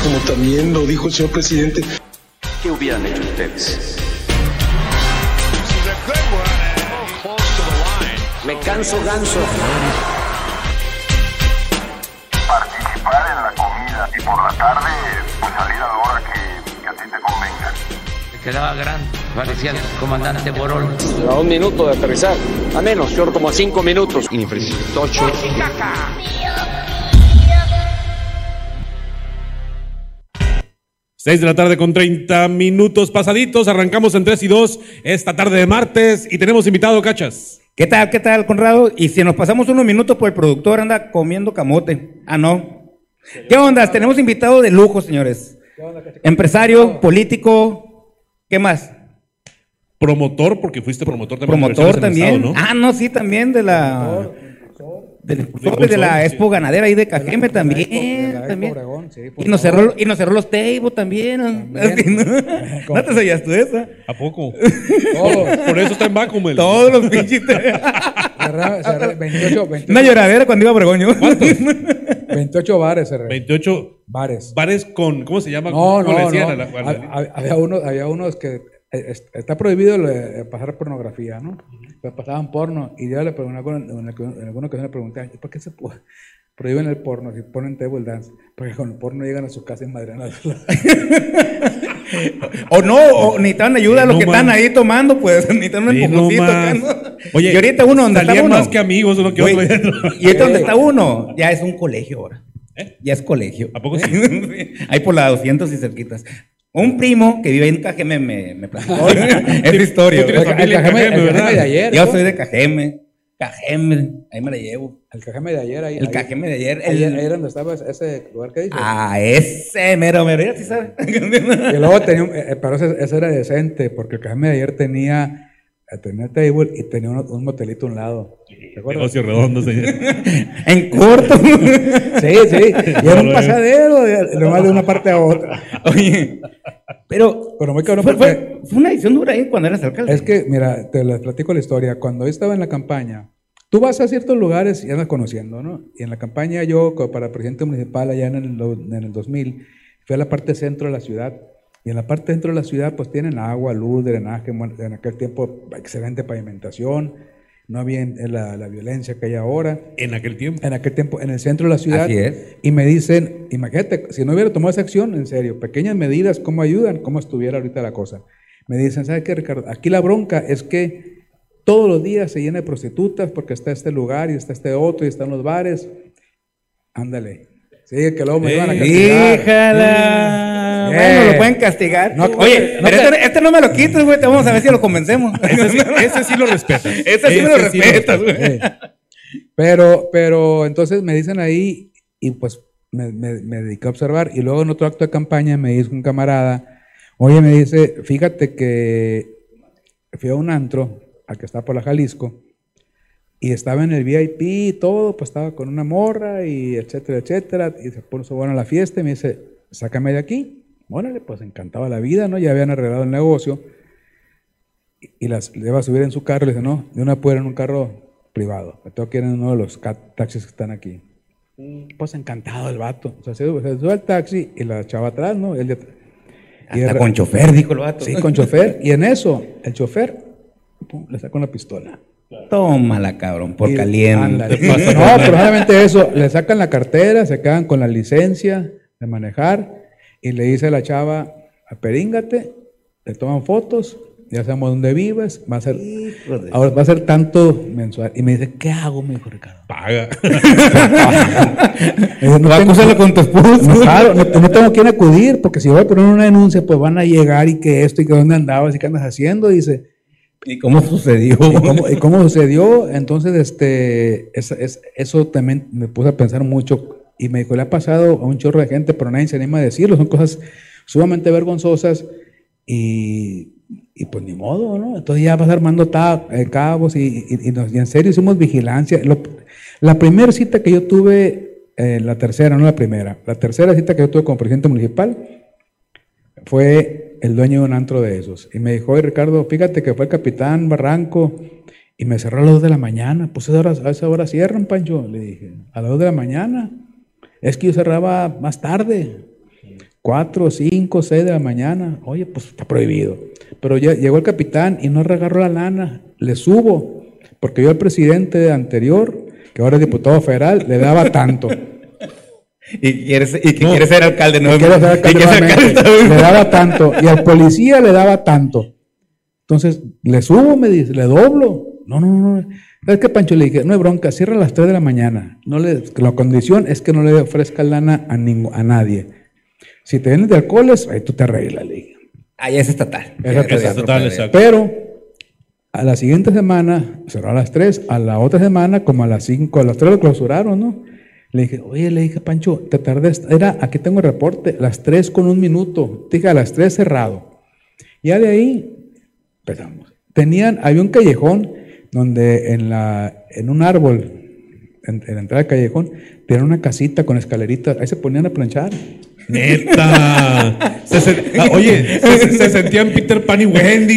como también lo dijo el señor presidente. ¿Qué hubieran hecho ustedes? Me canso ganso. Participar en la comida y por la tarde pues salir a la hora que a ti te convenga. Me quedaba grande, parecía el comandante Borol. A 1 minuto de aterrizar, a menos, yo como a 5 minutos. Infraestructura. 6 de la tarde con 30 minutos pasaditos. Arrancamos en 3 y 2 esta tarde de martes y tenemos invitado, Cachas. ¿Qué tal, Conrado? Y si nos pasamos unos minutos, pues el productor anda comiendo camote. Ah, no. ¿Qué onda? Tenemos invitado de lujo, señores. Empresario, político, ¿qué más? Promotor, porque fuiste promotor también. Promotor también. Estado, ¿no? Ah, no, sí, también de la... de la Expo Ganadera ahí de Cajeme también. Obregón, sí, y nos cerró los tables también. Así, ¿no? ¿No te sabías tú esa? ¿A poco? Todos. Por eso está en Bacumel. Todos los pinches. 28 Una lloradera cuando iba a Obregón. 28 bares cerré. 28 bares. Bares con, ¿cómo se llama? No. Había Había unos que está prohibido pasar pornografía, ¿no? Pero pasaban porno y yo le pregunté, en alguna ocasión le pregunté, ¿por qué se prohíben el porno si ponen table dance? Porque con el porno llegan a su casa en Madrid. o necesitan ayuda a los que están ahí tomando, pues necesitan un empujoncito acá, ¿no? Oye, y ahorita uno donde está uno, más que amigos, uno que otro. Y ahorita donde está uno, ya es un colegio ahora. Ya es colegio. ¿A poco sí? Ahí por la 200 y cerquitas. Un primo que vive en Cajeme me platicó esa historia. Tú tienes familia en Cajeme, ¿verdad? De ayer. Yo soy de Cajeme, ahí me la llevo. El Cajeme de ayer. El Cajeme de ayer. Ahí donde estaba ese lugar que dices. Ah, ese mero, ya sí sabe. Y luego tenía, pero ese era decente, porque el Cajeme de ayer tenía table y tenía un motelito a un lado. ¿Te acuerdas? Negocio redondo, señor. En corto. Sí. Y era un pasadero, nomás de una parte a otra. Oye, pero muy cabrón. Fue una edición dura ahí cuando eras alcalde. Es que, mira, te les platico la historia. Cuando yo estaba en la campaña, tú vas a ciertos lugares y andas conociendo, ¿no? Y en la campaña yo, para presidente municipal allá en el 2000, fui a la parte centro de la ciudad. Y en la parte dentro de la ciudad pues tienen agua, luz, drenaje, en aquel tiempo excelente pavimentación, no había la violencia que hay ahora. ¿En aquel tiempo? En aquel tiempo, en el centro de la ciudad. Así es. Y me dicen, imagínate, si no hubiera tomado esa acción, en serio, pequeñas medidas, ¿cómo ayudan? ¿Cómo estuviera ahorita la cosa? Me dicen, ¿sabes qué, Ricardo? Aquí la bronca es que todos los días se llena de prostitutas porque está este lugar y está este otro y están los bares. Ándale. Sí, que luego me iban a castigar. ¡Híjala! Bueno, lo pueden castigar. Oye, pero este no me lo quites, güey. Vamos a ver si lo convencemos. Ese sí lo respetas. Ese sí me lo respetas, güey. Sí. Pero entonces me dicen ahí y pues me dediqué a observar. Y luego en otro acto de campaña me dice un camarada, oye, me dice, fíjate que fui a un antro, al que está por la Jalisco, y estaba en el VIP y todo, pues estaba con una morra y etcétera, y se puso bueno la fiesta y me dice, sácame de aquí. Órale, pues encantaba la vida, ¿no? Ya habían arreglado el negocio y le iba a subir en su carro y le dice, no, de una pueda en un carro privado, me tengo que ir en uno de los taxis que están aquí. Pues encantado el vato, o sea, se sube al taxi y la chava atrás, ¿no? Hasta con chofer, dijo el vato. Sí, con chofer, y en eso, el chofer le saca una pistola. Tómala, cabrón, por caliente. No, probablemente eso, le sacan la cartera, se quedan con la licencia de manejar y le dice a la chava, aperíngate, le toman fotos, ya sabemos dónde vives, ahora va a ser tanto mensual. Y me dice, ¿qué hago? Me dijo Ricardo. Paga. No acúsalo con tu esposo. Claro, no tengo quien acudir, porque si voy a poner una denuncia, pues van a llegar y que esto y que dónde andabas y qué andas haciendo, dice. ¿Y cómo sucedió? ¿Y cómo sucedió? Entonces, eso también me puse a pensar mucho y me dijo, le ha pasado a un chorro de gente, pero nadie se anima a decirlo, son cosas sumamente vergonzosas y pues ni modo, ¿no? Entonces ya vas armando cabos y en serio hicimos vigilancia. La primera cita que yo tuve, la tercera cita que yo tuve como presidente municipal fue el dueño de un antro de esos. Y me dijo, oye Ricardo, fíjate que fue el capitán Barranco y me cerró a las 2 de la mañana. Pues a esa hora cierran, Pancho. Le dije, a las 2 de la mañana. Es que yo cerraba más tarde. 4, 5, 6 de la mañana. Oye, pues está prohibido. Pero ya llegó el capitán y no reagarró la lana. Le subo, porque yo al presidente anterior, que ahora es diputado federal, le daba tanto. Quiere ser alcalde, ¿no? Quiere ser alcalde nuevamente. Le daba tanto. Y al policía le daba tanto. Entonces, le subo, me dice, le doblo. No. ¿Sabes qué, Pancho? Le dije, no hay bronca, cierra a las 3 de la mañana. La condición es que no le ofrezca lana a nadie. Si te vienes de alcoholes, ahí tú te arreglas, le dije. Ahí es estatal. Es estatal, exacto. Pero a la siguiente semana, cerró a las 3, a la otra semana, como a las 5, a las 3 lo clausuraron, ¿no? Le dije, Pancho, te tardé, aquí tengo el reporte, las 3 con 1 minuto. Dije, a las 3 cerrado. Ya de ahí, empezamos. Había un callejón donde en un árbol, en la entrada del callejón, tenían una casita con escaleritas, ahí se ponían a planchar. ¡Neta! Oye, se sentían Peter Pan y Wendy.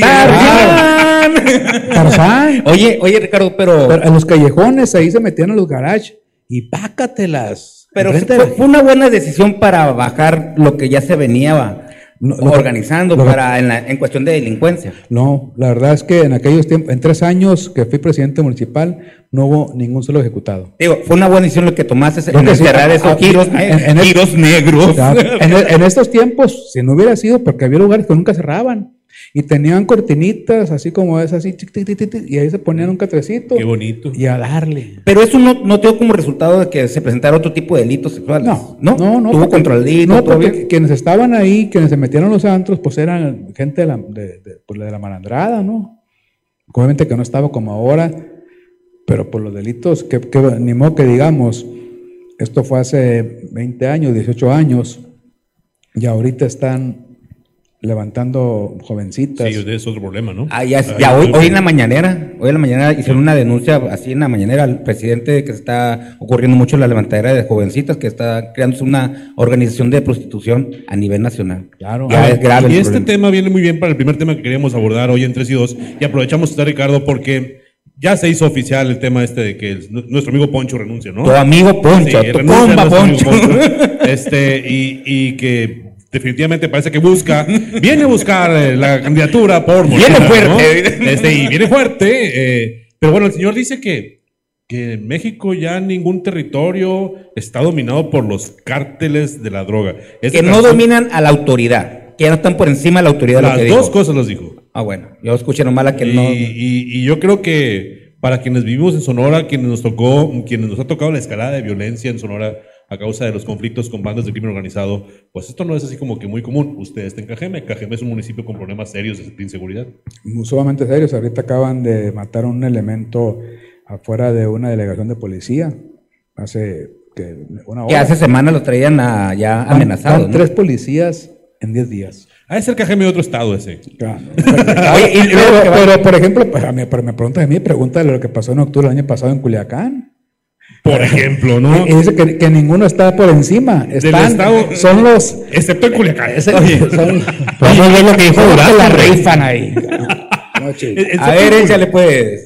¡Tarzán! Oye, Ricardo, pero en los callejones ahí se metían a los garages y pácatelas. Pero fue una buena decisión para bajar lo que ya se venía organizando en cuestión de delincuencia. No, la verdad es que en aquellos tiempos, en 3 años que fui presidente municipal, no hubo ningún solo ejecutado. Digo, fue una buena decisión lo que tomaste en cerrar esos giros negros. En estos tiempos, si no hubiera sido, porque había lugares que nunca cerraban. Y tenían cortinitas, así como es, así, y ahí se ponían un catrecito. Qué bonito. Y a darle. Pero eso no dio como resultado de que se presentara otro tipo de delitos sexuales. No. Tuvo controlito. No, porque quienes estaban ahí, quienes se metieron a los antros, pues eran gente de la malandrada, ¿no? Obviamente que no estaba como ahora, pero por los delitos, que ni modo que digamos, esto fue hace 20 años, 18 años, y ahorita están levantando jovencitas. Sí, es otro problema, ¿no? Hoy en la mañanera hicieron una denuncia así en la mañanera al presidente de que se está ocurriendo mucho la levantadera de jovencitas, que está creándose una organización de prostitución a nivel nacional. Claro. Es grave. Y este tema viene muy bien para el primer tema que queríamos abordar hoy en 3 y 2, y aprovechamos que está Ricardo porque ya se hizo oficial el tema de que nuestro amigo Poncho renuncia, ¿no? Tu amigo Poncho, sí, tu compa Poncho. Y que definitivamente parece que viene a buscar la candidatura por Morena, viene fuerte, ¿no? Y viene fuerte, pero bueno, el señor dice que en México ya ningún territorio está dominado por los cárteles de la droga. Que no dominan a la autoridad, que ya no están por encima de la autoridad. Las dos cosas las dijo. Ah, bueno, yo escuché nomás la que no. Y yo creo que para quienes vivimos en Sonora, quienes nos ha tocado la escalada de violencia en Sonora a causa de los conflictos con bandas de crimen organizado, pues esto no es así como que muy común. Usted está en Cajeme. Cajeme es un municipio con problemas serios de inseguridad. Sumamente serios. Ahorita acaban de matar a un elemento afuera de una delegación de policía. Hace una hora. Que hace semanas lo traían ya amenazado. 3 policías en 10 días. Ha de ser Cajeme de otro estado ese. Claro. pero, por ejemplo, me preguntas a mí, pregúntale lo que pasó en octubre del año pasado en Culiacán. Por ejemplo, ¿no? Y dice que ninguno está por encima. Del estado, son los... excepto en Culiacán. Oye, es lo que dijo Durazo. La rifan ahí. A ver, échale pues.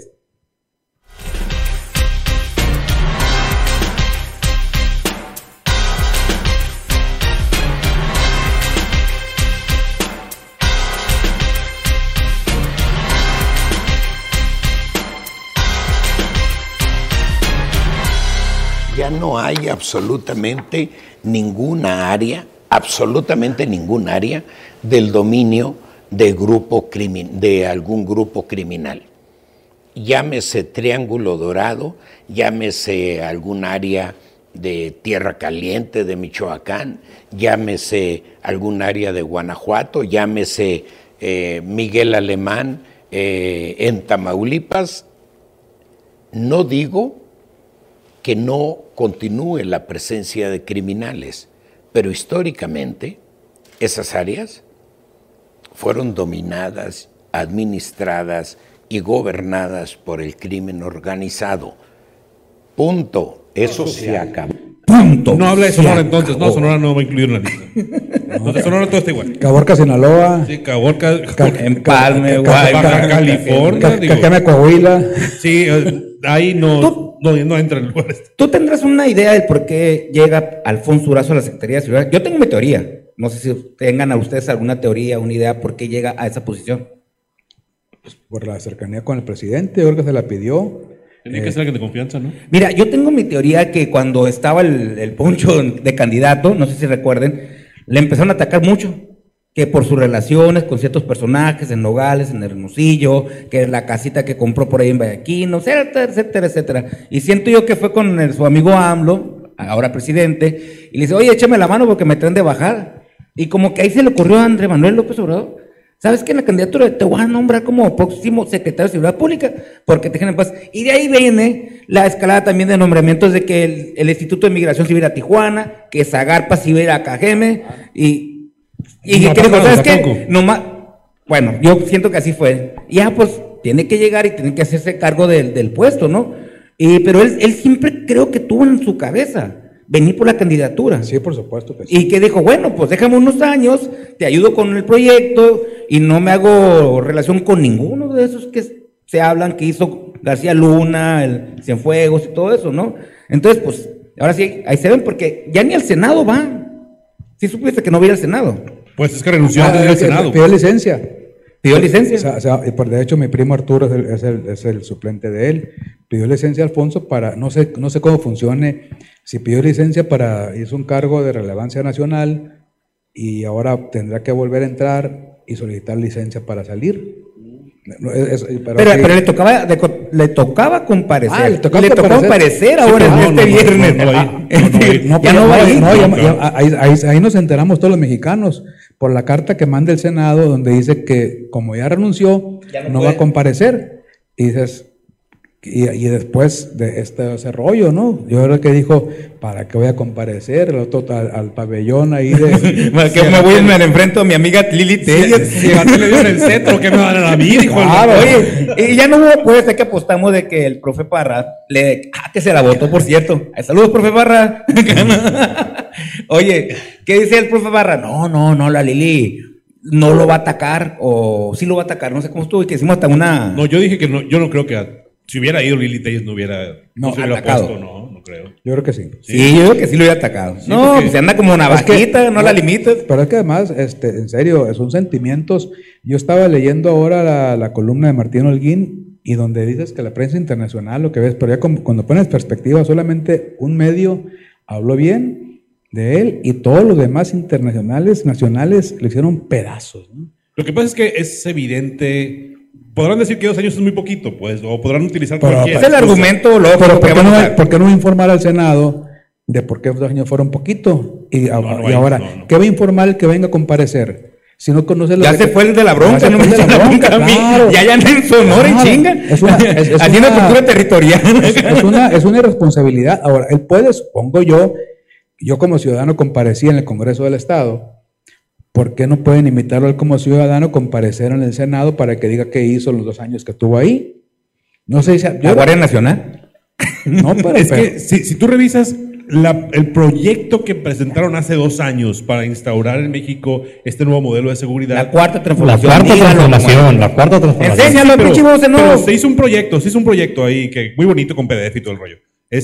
Ya no hay absolutamente ninguna área del dominio de algún grupo criminal. Llámese Triángulo Dorado, llámese algún área de Tierra Caliente de Michoacán, llámese algún área de Guanajuato, llámese Miguel Alemán en Tamaulipas. No digo que no continúe la presencia de criminales, pero históricamente esas áreas fueron dominadas, administradas y gobernadas por el crimen organizado. Punto. Eso se acabó. Punto. No habla de Sonora entonces, no, Sonora no va a incluir en la lista. Entonces Sonora todo está igual. Caborca, Sinaloa. Sí, Caborca. Empalme, Baja California. Cajeme, Coahuila. Sí, ahí no entra en el lugar. ¿Tú tendrás una idea del por qué llega Alfonso Durazo a la Secretaría de Seguridad? Yo tengo mi teoría. No sé si tengan a ustedes alguna teoría, una idea por qué llega a esa posición. Pues por la cercanía con el presidente, yo creo que se la pidió. Tiene que ser alguien de confianza, ¿no? Mira, yo tengo mi teoría que cuando estaba el Poncho de candidato, no sé si recuerden, le empezaron a atacar mucho, que por sus relaciones con ciertos personajes en Nogales, en Hermosillo, que la casita que compró por ahí en Vallaquino, etcétera, etcétera, etcétera. Y siento yo que fue con su amigo AMLO, ahora presidente, y le dice, oye, échame la mano porque me traen de bajada. Y como que ahí se le ocurrió a Andrés Manuel López Obrador, ¿sabes qué? En la candidatura te voy a nombrar como próximo secretario de Seguridad Pública, porque te dejan en paz. Y de ahí viene la escalada también de nombramientos de que el Instituto de Migración se iba a ir a Tijuana, que Zagarpa se iba a ir a Cajeme, y No, que dijo, ¿sabes tampoco. qué? Bueno, yo siento que así fue. Ya, pues, tiene que llegar y tiene que hacerse cargo del puesto, ¿no? Pero él siempre creo que tuvo en su cabeza venir por la candidatura. Sí, por supuesto que sí. Y que dijo, bueno, pues déjame unos años, te ayudo con el proyecto y no me hago relación con ninguno de esos que se hablan que hizo García Luna, el Cienfuegos y todo eso, ¿no? Entonces, pues, ahora sí, ahí se ven, porque ya ni al Senado va. ¿Sí supiste que no va a ir al Senado? Pues es que renunció antes de ir al Senado. Pidió licencia. Pidió licencia. Y por de hecho mi primo Arturo es el suplente de él. Pidió licencia a Alfonso para, no sé cómo funcione, si pidió licencia para, hizo un cargo de relevancia nacional y ahora tendrá que volver a entrar y solicitar licencia para salir. Pero le tocaba comparecer. Le tocaba comparecer ahora en este viernes. Ahí nos enteramos todos los mexicanos por la carta que manda el Senado donde dice que como ya renunció, no va a comparecer. Y dices, y después de ese rollo, ¿no? Yo creo que dijo, ¿para qué voy a comparecer? Al pabellón ahí de... me enfrento a mi amiga Lili Telles. Si le dieron el cetro, ¿qué me van a dar a mí? Dijo oye, y ya no hubo, pues, que apostamos de que el profe Parra que se la votó, por cierto. Saludos, profe Parra. Oye, ¿qué dice el profe Parra? No, la Lili no lo va a atacar, o sí lo va a atacar, no sé cómo estuvo, y que hicimos hasta una... No, yo dije que no, yo no creo que... Si hubiera ido Lili Telles no se hubiera puesto, no creo. Yo creo que sí. Sí, yo creo que sí lo hubiera atacado. Sí, no, pues se anda como una vaquita, no la limites. Pero es que además, en serio, son sentimientos. Yo estaba leyendo ahora la columna de Martín Holguín y donde dices que la prensa internacional, lo que ves, pero ya cuando pones perspectiva, solamente un medio habló bien de él y todos los demás internacionales, nacionales, le hicieron pedazos, ¿no? Lo que pasa es que es evidente... Podrán decir que 2 años es muy poquito, pues, o podrán utilizar cualquier... Es el argumento lógico. Pero ¿por qué no informar al Senado de por qué 2 años fueron poquito? Y ahora, ¿qué va a informar el que venga a comparecer? Si no conoce ya se fue el de la bronca, no me echa la bronca a mí. Ya anda en Sonora y chinga. Haciendo cultura territorial. Es una irresponsabilidad. Ahora, él puede, supongo yo como ciudadano comparecí en el Congreso del Estado. ¿Por qué no pueden invitarlo él como ciudadano, comparecer en el Senado para que diga qué hizo los 2 años que estuvo ahí? No sé si... ¿La Guardia Nacional? No, pero... Es que si tú revisas el proyecto que presentaron hace 2 años para instaurar en México este nuevo modelo de seguridad... La cuarta transformación. La cuarta transformación. Enséñalo, pinche voz, no. Pero se hizo un proyecto ahí que muy bonito con PDF y todo el rollo.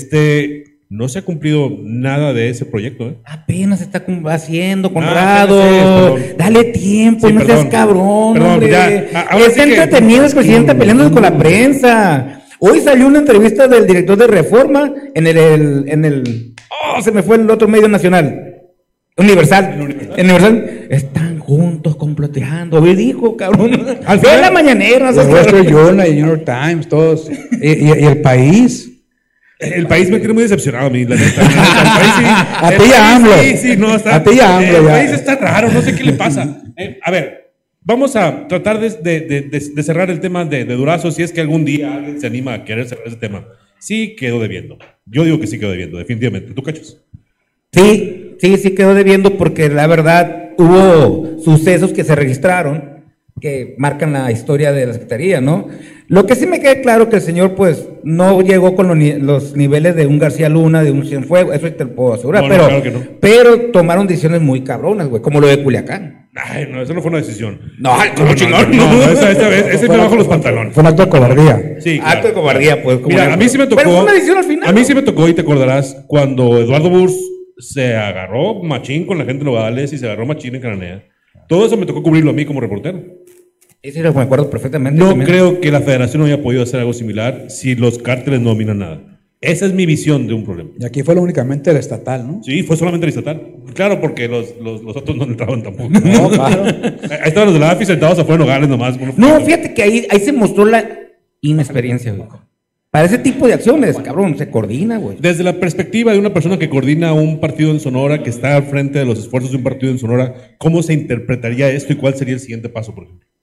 No se ha cumplido nada de ese proyecto, ¿eh? Apenas se está haciendo, Conrado. Dale tiempo, no seas cabrón, hombre. Está entretenido el presidente peleándose con la prensa. Hoy salió una entrevista del director de Reforma en el se me fue el otro medio nacional. Universal. Están juntos comploteando. Hoy dijo, cabrón. Al final de la mañanera. El Wall Street Journal y New York Times, todos. Y el país. El país me tiene muy decepcionado a mí, la neta. A ti ya AMLO. Sí, no, está. A ti ya AMLO. El país está raro, no sé qué le pasa. A ver, vamos a tratar de cerrar el tema de Durazo, si es que algún día alguien se anima a querer cerrar ese tema. Sí quedó debiendo. Yo digo que sí quedó debiendo, definitivamente. ¿Tú, Cachos? Sí quedó debiendo porque la verdad hubo sucesos que se registraron que marcan la historia de la Secretaría, ¿no? Lo que sí me queda claro que el señor, pues, no llegó con los niveles de un García Luna, de un Cienfuegos, eso te lo puedo asegurar, claro que no. Pero tomaron decisiones muy cabronas, güey, como lo de Culiacán. Ay, no, eso no fue una decisión. No, como chingón. No, esta vez, ese me bajo los pantalones. Fue un acto de cobardía. Sí, claro. Acto de cobardía, pues. Mira, a mí sí me tocó. Pero fue una decisión al final. A mí sí me tocó, y te acordarás, cuando Eduardo Burs se agarró machín con la gente de Nogales y se agarró machín en Cananea. Todo eso me tocó cubrirlo a mí como reportero. Ese lo me acuerdo perfectamente. No también. creo que la federación haya podido hacer algo similar si los cárteles no dominan nada. Esa es mi visión de un problema. Y aquí fue lo únicamente el estatal, ¿no? Sí, fue solamente el estatal. Claro, porque los otros no entraban tampoco. No, claro. Ahí estaban los de la AFI sentados afuera en Nogales nomás. No, fíjate que ahí se mostró la inexperiencia, güey. Para ese tipo de acciones, cabrón, se coordina, güey. Desde la perspectiva de una persona que coordina un partido en Sonora, que está al frente de los esfuerzos de un partido en Sonora, ¿cómo se interpretaría esto y cuál sería el siguiente paso, por ejemplo?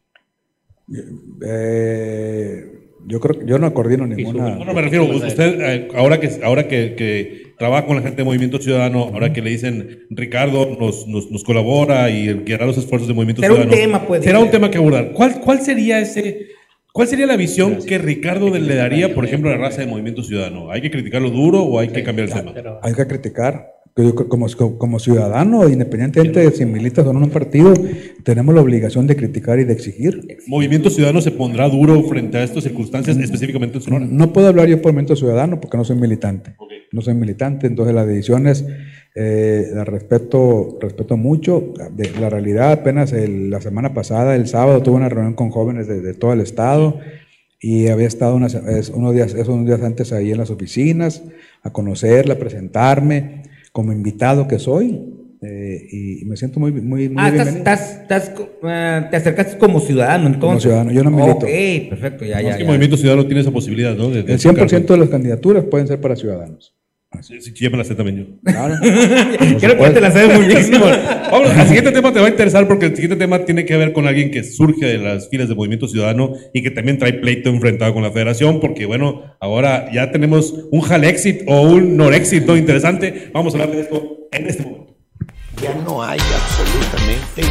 Yo creo que yo no coordino ninguna. No, me refiero, usted, ahora que trabaja con la gente de Movimiento Ciudadano, ahora que le dicen, Ricardo nos colabora y que hará los esfuerzos de Movimiento Ciudadano. Será un tema que abordar. ¿Cuál sería la visión que Ricardo le daría, por ejemplo, a la raza de Movimiento Ciudadano? ¿Hay que criticarlo duro o hay que cambiar el tema? Hay que criticar. Yo, como ciudadano, independientemente de si militas o no en un partido, tenemos la obligación de criticar y de exigir. ¿Movimiento Ciudadano se pondrá duro frente a estas circunstancias, específicamente en Sonora? No puedo hablar yo por Movimiento Ciudadano porque no soy militante. Okay. No soy militante, entonces las decisiones las respeto mucho. De la realidad, apenas la semana pasada, el sábado, tuve una reunión con jóvenes de todo el estado y había estado unos días antes ahí en las oficinas a conocerla, a presentarme como invitado que soy, y me siento muy bienvenido. Te acercaste como ciudadano, entonces. Como ciudadano, yo no milito. Ok, perfecto, ya. El Movimiento Ciudadano tiene esa posibilidad, ¿no? El 100% de las candidaturas pueden ser para ciudadanos. Sí, ya me la sé también yo. Claro. Quiero que te la sabes muy bien. Vamos, el siguiente tema te va a interesar porque el siguiente tema tiene que ver con alguien que surge de las filas de Movimiento Ciudadano y que también trae pleito enfrentado con la federación, porque bueno, ahora ya tenemos un Jalexit o un Norexit interesante. Vamos a hablar de esto en este momento. Ya no hay absolutamente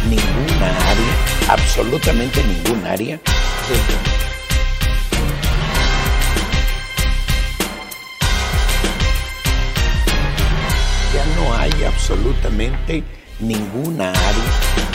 ningún área absolutamente ninguna área.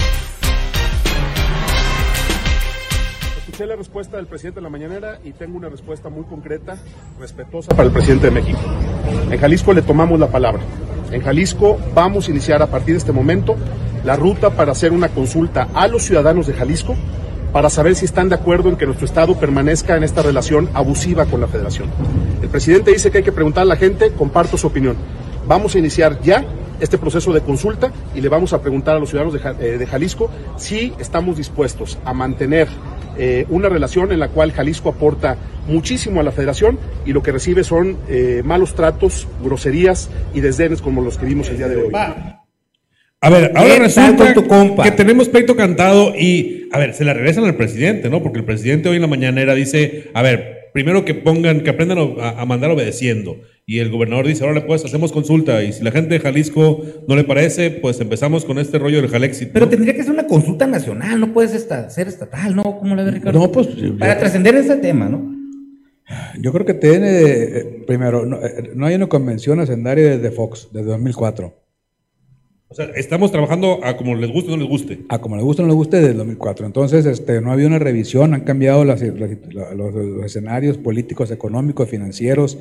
Escuché la respuesta del presidente en la mañanera y tengo una respuesta muy concreta, respetuosa para el presidente de México. En Jalisco le tomamos la palabra. En Jalisco vamos a iniciar a partir de este momento la ruta para hacer una consulta a los ciudadanos de Jalisco para saber si están de acuerdo en que nuestro estado permanezca en esta relación abusiva con la federación. El presidente dice que hay que preguntar a la gente, comparto su opinión. Vamos a iniciar ya este proceso de consulta y le vamos a preguntar a los ciudadanos de Jalisco si estamos dispuestos a mantener una relación en la cual Jalisco aporta muchísimo a la federación y lo que recibe son malos tratos, groserías y desdenes como los que vimos el día de hoy. A ver, ahora resulta que tenemos pleito cantado y, a ver, se la regresan al presidente, ¿no? Porque el presidente hoy en la mañanera dice, a ver, primero que aprendan a mandar obedeciendo. Y el gobernador dice, ahora pues hacemos consulta y si la gente de Jalisco no le parece, pues empezamos con este rollo del Jalexit. Pero tendría que ser una consulta nacional, no puedes ser estatal, ¿no? ¿Cómo la ve Ricardo? No, pues... Para trascender ese tema, ¿no? Yo creo que tiene, primero, no hay una convención hacendaria desde Fox, desde 2004. O sea, estamos trabajando a como les guste o no les guste. A como les guste o no les guste desde el 2004. Entonces, no había una revisión, han cambiado los escenarios políticos, económicos, financieros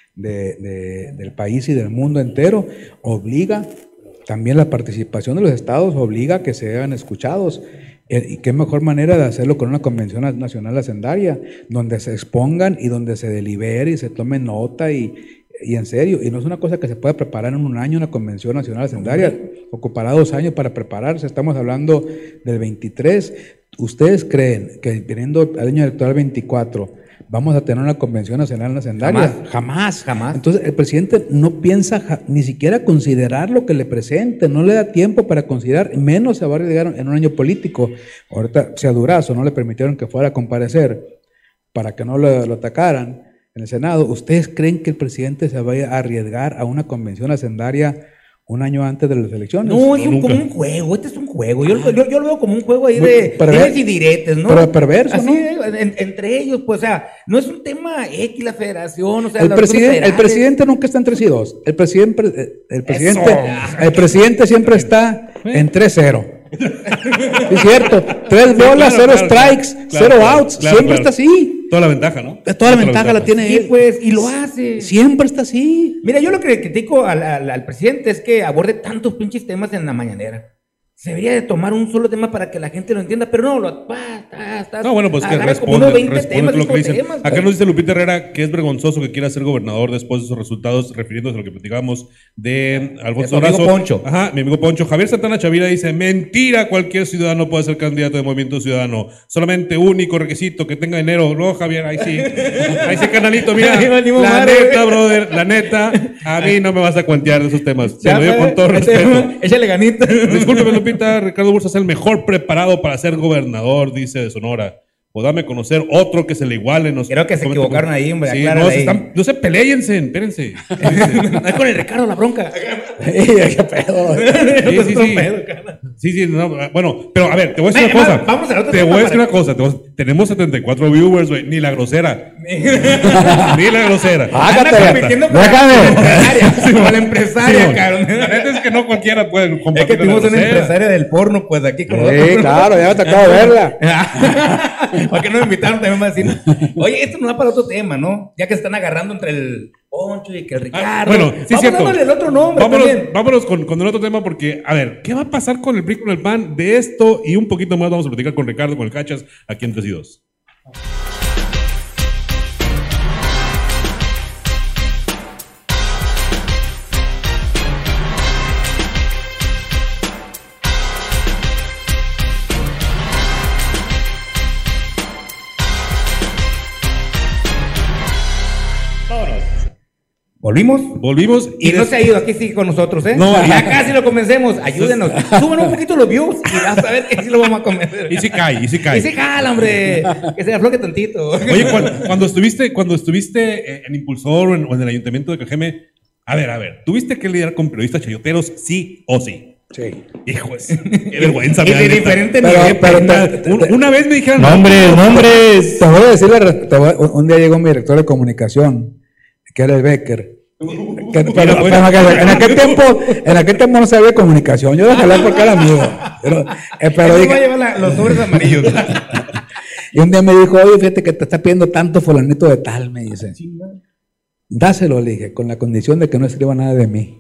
del país y del mundo entero. Obliga, también la participación de los estados obliga a que sean escuchados. Y qué mejor manera de hacerlo con una convención nacional hacendaria, donde se expongan y donde se delibere y se tome nota y en serio, y no es una cosa que se pueda preparar en un año, una convención nacional hacendaria, ocupará 2 años para prepararse, estamos hablando del 23. ¿Ustedes creen que viniendo al año electoral 24 vamos a tener una convención nacional hacendaria? Jamás. Entonces el presidente no piensa ni siquiera considerar lo que le presente, no le da tiempo para considerar, menos se va a arriesgar en un año político. Ahorita, si a Durazo no le permitieron que fuera a comparecer para que no lo atacaran en el Senado, ¿ustedes creen que el presidente se vaya a arriesgar a una convención hacendaria un año antes de las elecciones? No, es como un juego, este es un juego. Yo lo veo como un juego ahí de dimes y diretes, ¿no? Pero perverso, así, ¿no? Entre ellos, pues, o sea, no es un tema X, la federación, o sea, el presidente nunca está en 3 y 2. El presidente siempre está en 3-0. Es cierto, 3 bolas, 0 strikes, 0 outs, siempre está así. toda la ventaja, ¿no? Toda la ventaja la tiene Sí, él. pues, y lo hace. Siempre está así. Mira, yo lo que critico al presidente es que aborde tantos pinches temas en la mañanera. Se debería de tomar un solo tema para que la gente lo entienda, pero no, No, bueno, pues que agarra como responde, unos 20 responde temas, lo que dicen. temas, Acá güey. nos dice Lupita Herrera que es vergonzoso que quiera ser gobernador después de sus resultados, refiriéndose a lo que platicábamos de Alfonso De tu amigo Durazo. Poncho. Ajá, mi amigo Poncho. Javier Santana Chavira dice, mentira, cualquier ciudadano puede ser candidato de Movimiento Ciudadano. Solamente único requisito, que tenga dinero. No, Javier, ahí sí, canalito, mira. Ahí va, ni La madre, neta, brother, la neta, a mí no me vas a cuantear de esos temas. Se Ya, lo digo con todo respeto. Échale ganita. Discúlpeme, Lupita, Ricardo Bursa es el mejor preparado para ser gobernador, dice de Sonora. O dame a conocer otro que se le iguale. Creo que se equivocaron ahí, hombre, Sí, aclárale no, ahí. no se peleense, espérense. Ahí con el Ricardo la bronca. ¿Qué pedo? Sí, no, bueno, pero a ver, te voy a decir una cosa. Vamos al otro Te tema voy a decir para- una cosa. Tenemos 74 viewers, güey. Ni la grosera. Ni la grosera. Anda compitiendo con la empresaria, con la empresaria, Sí, cabrón. La neta es que no cualquiera puede Es compartir que la tuvimos una grosera. empresaria del porno, pues aquí con nosotros. Sí, claro, ya me ha tocado verla. ¿Por qué no me invitaron también más decir? Oye, esto no va para otro tema, ¿no? Ya que se están agarrando entre el Poncho y que el Ricardo. Bueno, sí, vamos cierto. dándole el otro nombre también. Vámonos con el otro tema porque, a ver, ¿qué va a pasar con el PRI, con el PAN? De esto y un poquito más vamos a platicar con Ricardo, con el Cachas, aquí en 3 y 2. Volvimos Y no se ha ido, aquí sigue con nosotros, ¿eh? No, ya casi lo convencemos, ayúdenos. Suban un poquito los views y vas a ver que sí lo vamos a convencer. Y sí cae, y sí cae. Y sí jala, hombre. Que se afloje tantito. Oye, cuando estuviste en Impulsor o en el Ayuntamiento de Cajeme, a ver, ¿tuviste que lidiar con periodistas chayoteros, sí o sí? Sí. Hijos, qué vergüenza. Y me da, de neta. diferente Pero- nivel. pero- Una vez me dijeron... Nombres. Te voy a decir, un día llegó mi director de comunicación, que era el Becker. Pero en aquel tiempo no sabía comunicación. Yo dejé hablar porque era amigo. Pero Eso va a dije, llevar los sobres amarillos. y un día me dijo, oye, fíjate que te está pidiendo tanto fulanito de tal, me dice. Dáselo, le dije, con la condición de que no escriba nada de mí.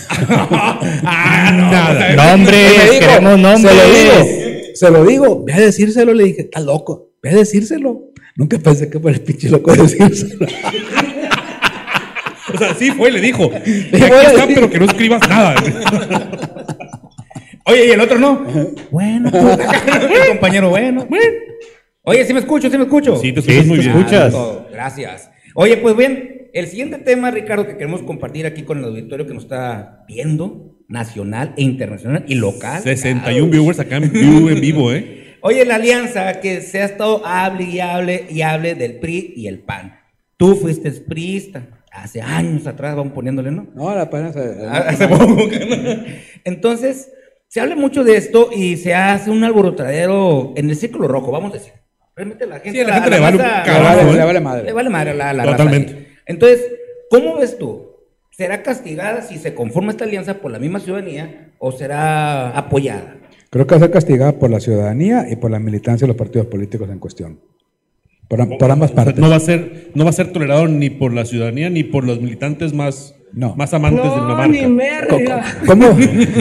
Nada. Nombres, Y me dijo, queremos nombres. Se lo digo, ve a decírselo, le dije, está loco, ve a decírselo. Nunca pensé que fuera el pinche loco de decírselo. O sea, sí fue y le dijo, aquí voy a está, decir. pero que no escribas nada. Oye, y el otro no. Bueno, el compañero, bueno. Oye, sí me escucho. Sí, te escuchas muy bien. Todo, gracias. Oye, pues bien, el siguiente tema, Ricardo, que queremos compartir aquí con el auditorio que nos está viendo, nacional e internacional y local. 61 viewers acá en vivo, ¿eh? Oye, la alianza que se ha estado hable y hable del PRI y el PAN. Tú fuiste priista. Hace años atrás, vamos poniéndole, ¿no? No, la pena Hace poco. Entonces, se habla mucho de esto y se hace un alborotadero en el círculo rojo, vamos a decir. Realmente la gente, Sí, a la gente le vale un masa- carajo, le vale madre. Le vale madre la Totalmente. raza ahí. Entonces, ¿cómo ves tú? ¿Será castigada si se conforma esta alianza por la misma ciudadanía o será apoyada? Creo que va a ser castigada por la ciudadanía y por la militancia de los partidos políticos en cuestión. Por ambas partes. No va a ser tolerado ni por la ciudadanía ni por los militantes más amantes de la marca. ¿Cómo?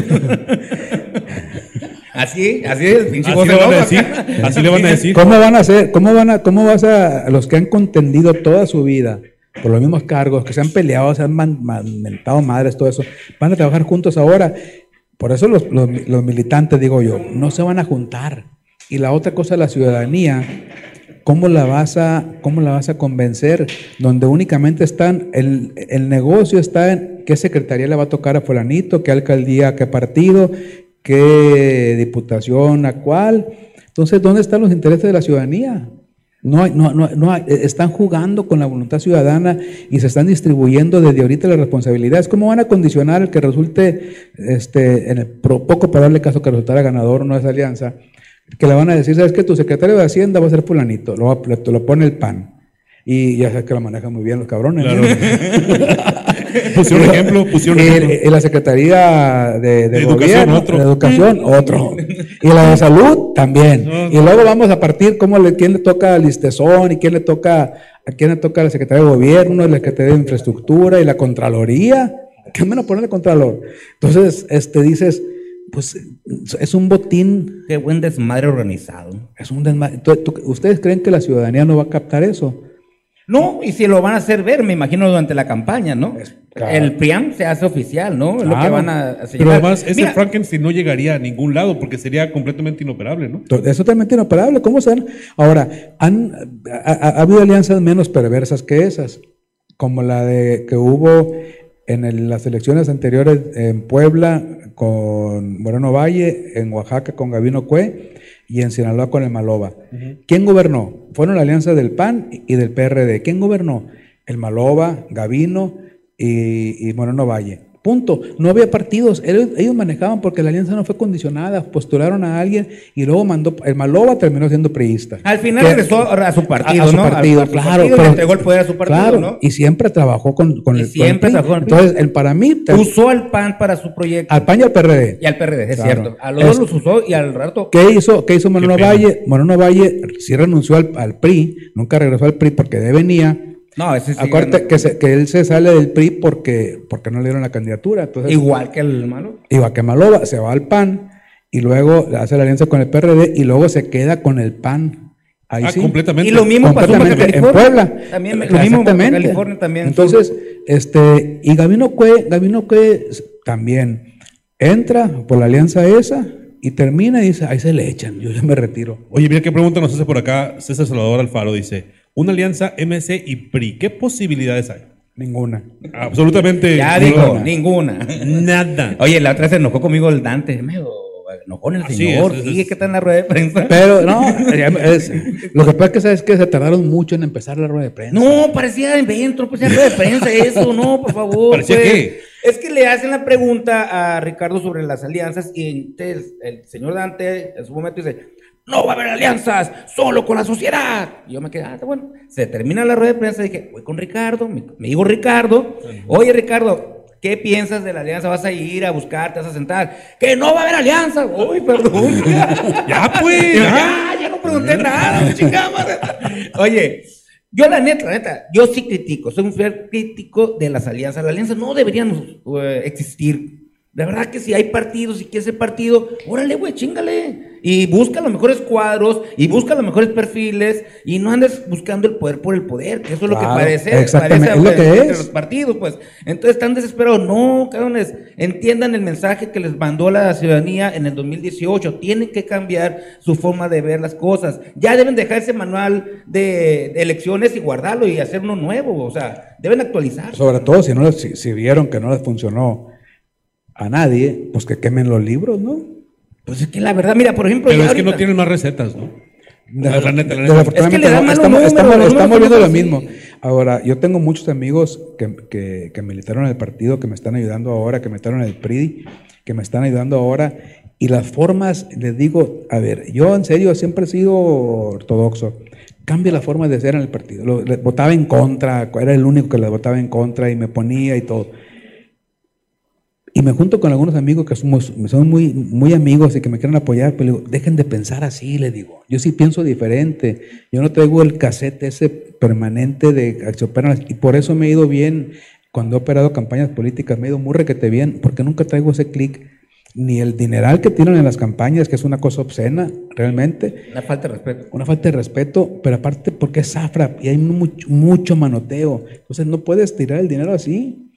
Así es el pinche Así voz le en van a off. decir. Así le van a decir. ¿Cómo van a hacer? ¿Cómo vas a los que han contendido toda su vida por los mismos cargos, que se han peleado, se han mentado madres, todo eso, van a trabajar juntos ahora? Por eso los militantes, digo yo, no se van a juntar. Y la otra cosa, la ciudadanía, ¿cómo la vas a convencer? Donde únicamente están, el negocio está en qué secretaría le va a tocar a fulanito, qué alcaldía, qué partido, qué diputación, a cuál. Entonces, ¿dónde están los intereses de la ciudadanía? No hay, están jugando con la voluntad ciudadana y se están distribuyendo desde ahorita las responsabilidades. ¿Cómo van a condicionar el que resulte, en el poco probable caso que resultara ganador o no esa alianza? Que le van a decir, ¿sabes qué? Tu secretario de Hacienda va a ser fulanito, te lo pone el PAN. Y ya sabes que la manejan muy bien los cabrones. Claro. ¿no? pusieron ejemplo. Y la Secretaría de Educación, Gobierno, otro. de Educación, otro. Y la de Salud, también. Y luego vamos a partir quién le toca al Listezón y a quién le toca la Secretaría de Gobierno, la Secretaría de Infraestructura y la Contraloría. ¿Qué me van a poner de Contralor? Entonces, dices, pues es un botín. Qué buen desmadre organizado. Es un desmadre. ¿Ustedes creen que la ciudadanía no va a captar eso? No, y si lo van a hacer ver, me imagino, durante la campaña, ¿no? Claro. El PRIAM se hace oficial, ¿no? Es lo que van a señalar. Pero además, ese Mira, Frankenstein no llegaría a ningún lado porque sería completamente inoperable, ¿no? Es totalmente inoperable. ¿Cómo se dan? Ahora, ha habido alianzas menos perversas que esas, como la de que hubo en las elecciones anteriores en Puebla con Moreno Valle, en Oaxaca con Gabino Cue y en Sinaloa con el Maloba. ¿Quién gobernó? Fueron la alianza del PAN y del PRD. ¿Quién gobernó? El Maloba, Gabino y Moreno Valle. Punto. No había partidos. Ellos manejaban porque la alianza no fue condicionada. Postularon a alguien y luego el Maloba terminó siendo priista. Al final regresó a su partido, a su ¿no? partido, a su claro. partido, Pero, le entregó el poder a su partido, claro, ¿no? y siempre trabajó con el siempre PRI. trabajó con el PRI. Entonces, para mí... Usó al PAN para su proyecto. Al PAN y al PRD. Y al PRD, es Claro. cierto. A los dos los usó y al rato... ¿Qué hizo Moreno pena. Valle? Moreno Valle sí renunció al PRI, nunca regresó al PRI porque venía. No, ese sí. Acuérdate que él se sale del PRI porque no le dieron la candidatura. Entonces, Igual que el malo. igual que Maloba, se va al PAN y luego hace la alianza con el PRD y luego se queda con el PAN. Ahí sí. Completamente. Y lo mismo pasó en Baja Completamente, en California. Puebla. También, lo mismo en Baja Exactamente. California también. Entonces, y Gabino Cue también entra por la alianza esa y termina y dice, ahí se le echan, yo ya me retiro. Oye, mira qué pregunta nos hace por acá César Salvador Alfaro. Dice, una alianza MC y PRI, ¿qué posibilidades hay? Ninguna. Absolutamente Ya dijo, ninguna. nada. Oye, la otra se enojó conmigo el Dante. Me enojó en el Así señor. es, Sí, ¿qué está en la rueda de prensa? Pero no, lo que pasa es que sabes que se tardaron mucho en empezar la rueda de prensa. No, parecía evento, parecía rueda de prensa eso, no, por favor. ¿Parecía pues. qué? Es que le hacen la pregunta a Ricardo sobre las alianzas y entonces el señor Dante en su momento dice, no va a haber alianzas, solo con la sociedad. Y yo me quedé, está bueno. Se termina la rueda de prensa y dije, voy con Ricardo, me dijo Ricardo, oye Ricardo, ¿qué piensas de la alianza? ¿Vas a ir a buscar, te vas a sentar? Que no va a haber alianza. Uy, perdón. Ya pues. Ya no pregunté nada, chingada madre. Oye, yo la neta, yo sí critico, soy un fiel crítico de las alianzas. Las alianzas no deberían existir. De verdad que si hay partidos, si quieres ser partido, órale, güey, chíngale. Y busca los mejores cuadros, y busca los mejores perfiles, y no andes buscando el poder por el poder, que eso es lo que parece. Exactamente, Parece es lo que entre es. los partidos, pues. Entonces están desesperados. No, cabrones, entiendan el mensaje que les mandó la ciudadanía en el 2018. Tienen que cambiar su forma de ver las cosas. Ya deben dejar ese manual de elecciones y guardarlo y hacer uno nuevo. O sea, deben actualizar. Sobre todo si vieron que no les funcionó a nadie, pues que quemen los libros, ¿no? Pues es que la verdad, mira, por ejemplo... Pero ya es que no ahorita- tienen más recetas, ¿no? La neta. Es que le dan malos números, estamos viendo lo sí. mismo. Ahora, yo tengo muchos amigos que militaron en el partido, que me están ayudando ahora, que militaron en el PRI, que me están ayudando ahora, y las formas, les digo, a ver, yo en serio siempre he sido ortodoxo. Cambia la forma de ser en el partido. Votaba en contra, era el único que les votaba en contra y me ponía y todo. Y me junto con algunos amigos que son muy, muy amigos y que me quieren apoyar, pero le digo, dejen de pensar así, le digo. Yo sí pienso diferente. Yo no traigo el cassette ese permanente de Acción Penal, y por eso me he ido bien. Cuando he operado campañas políticas, me he ido muy requete bien, porque nunca traigo ese clic, ni el dineral que tienen en las campañas, que es una cosa obscena, realmente. Una falta de respeto. Una falta de respeto, pero aparte porque es zafra y hay mucho manoteo. Entonces no puedes tirar el dinero así.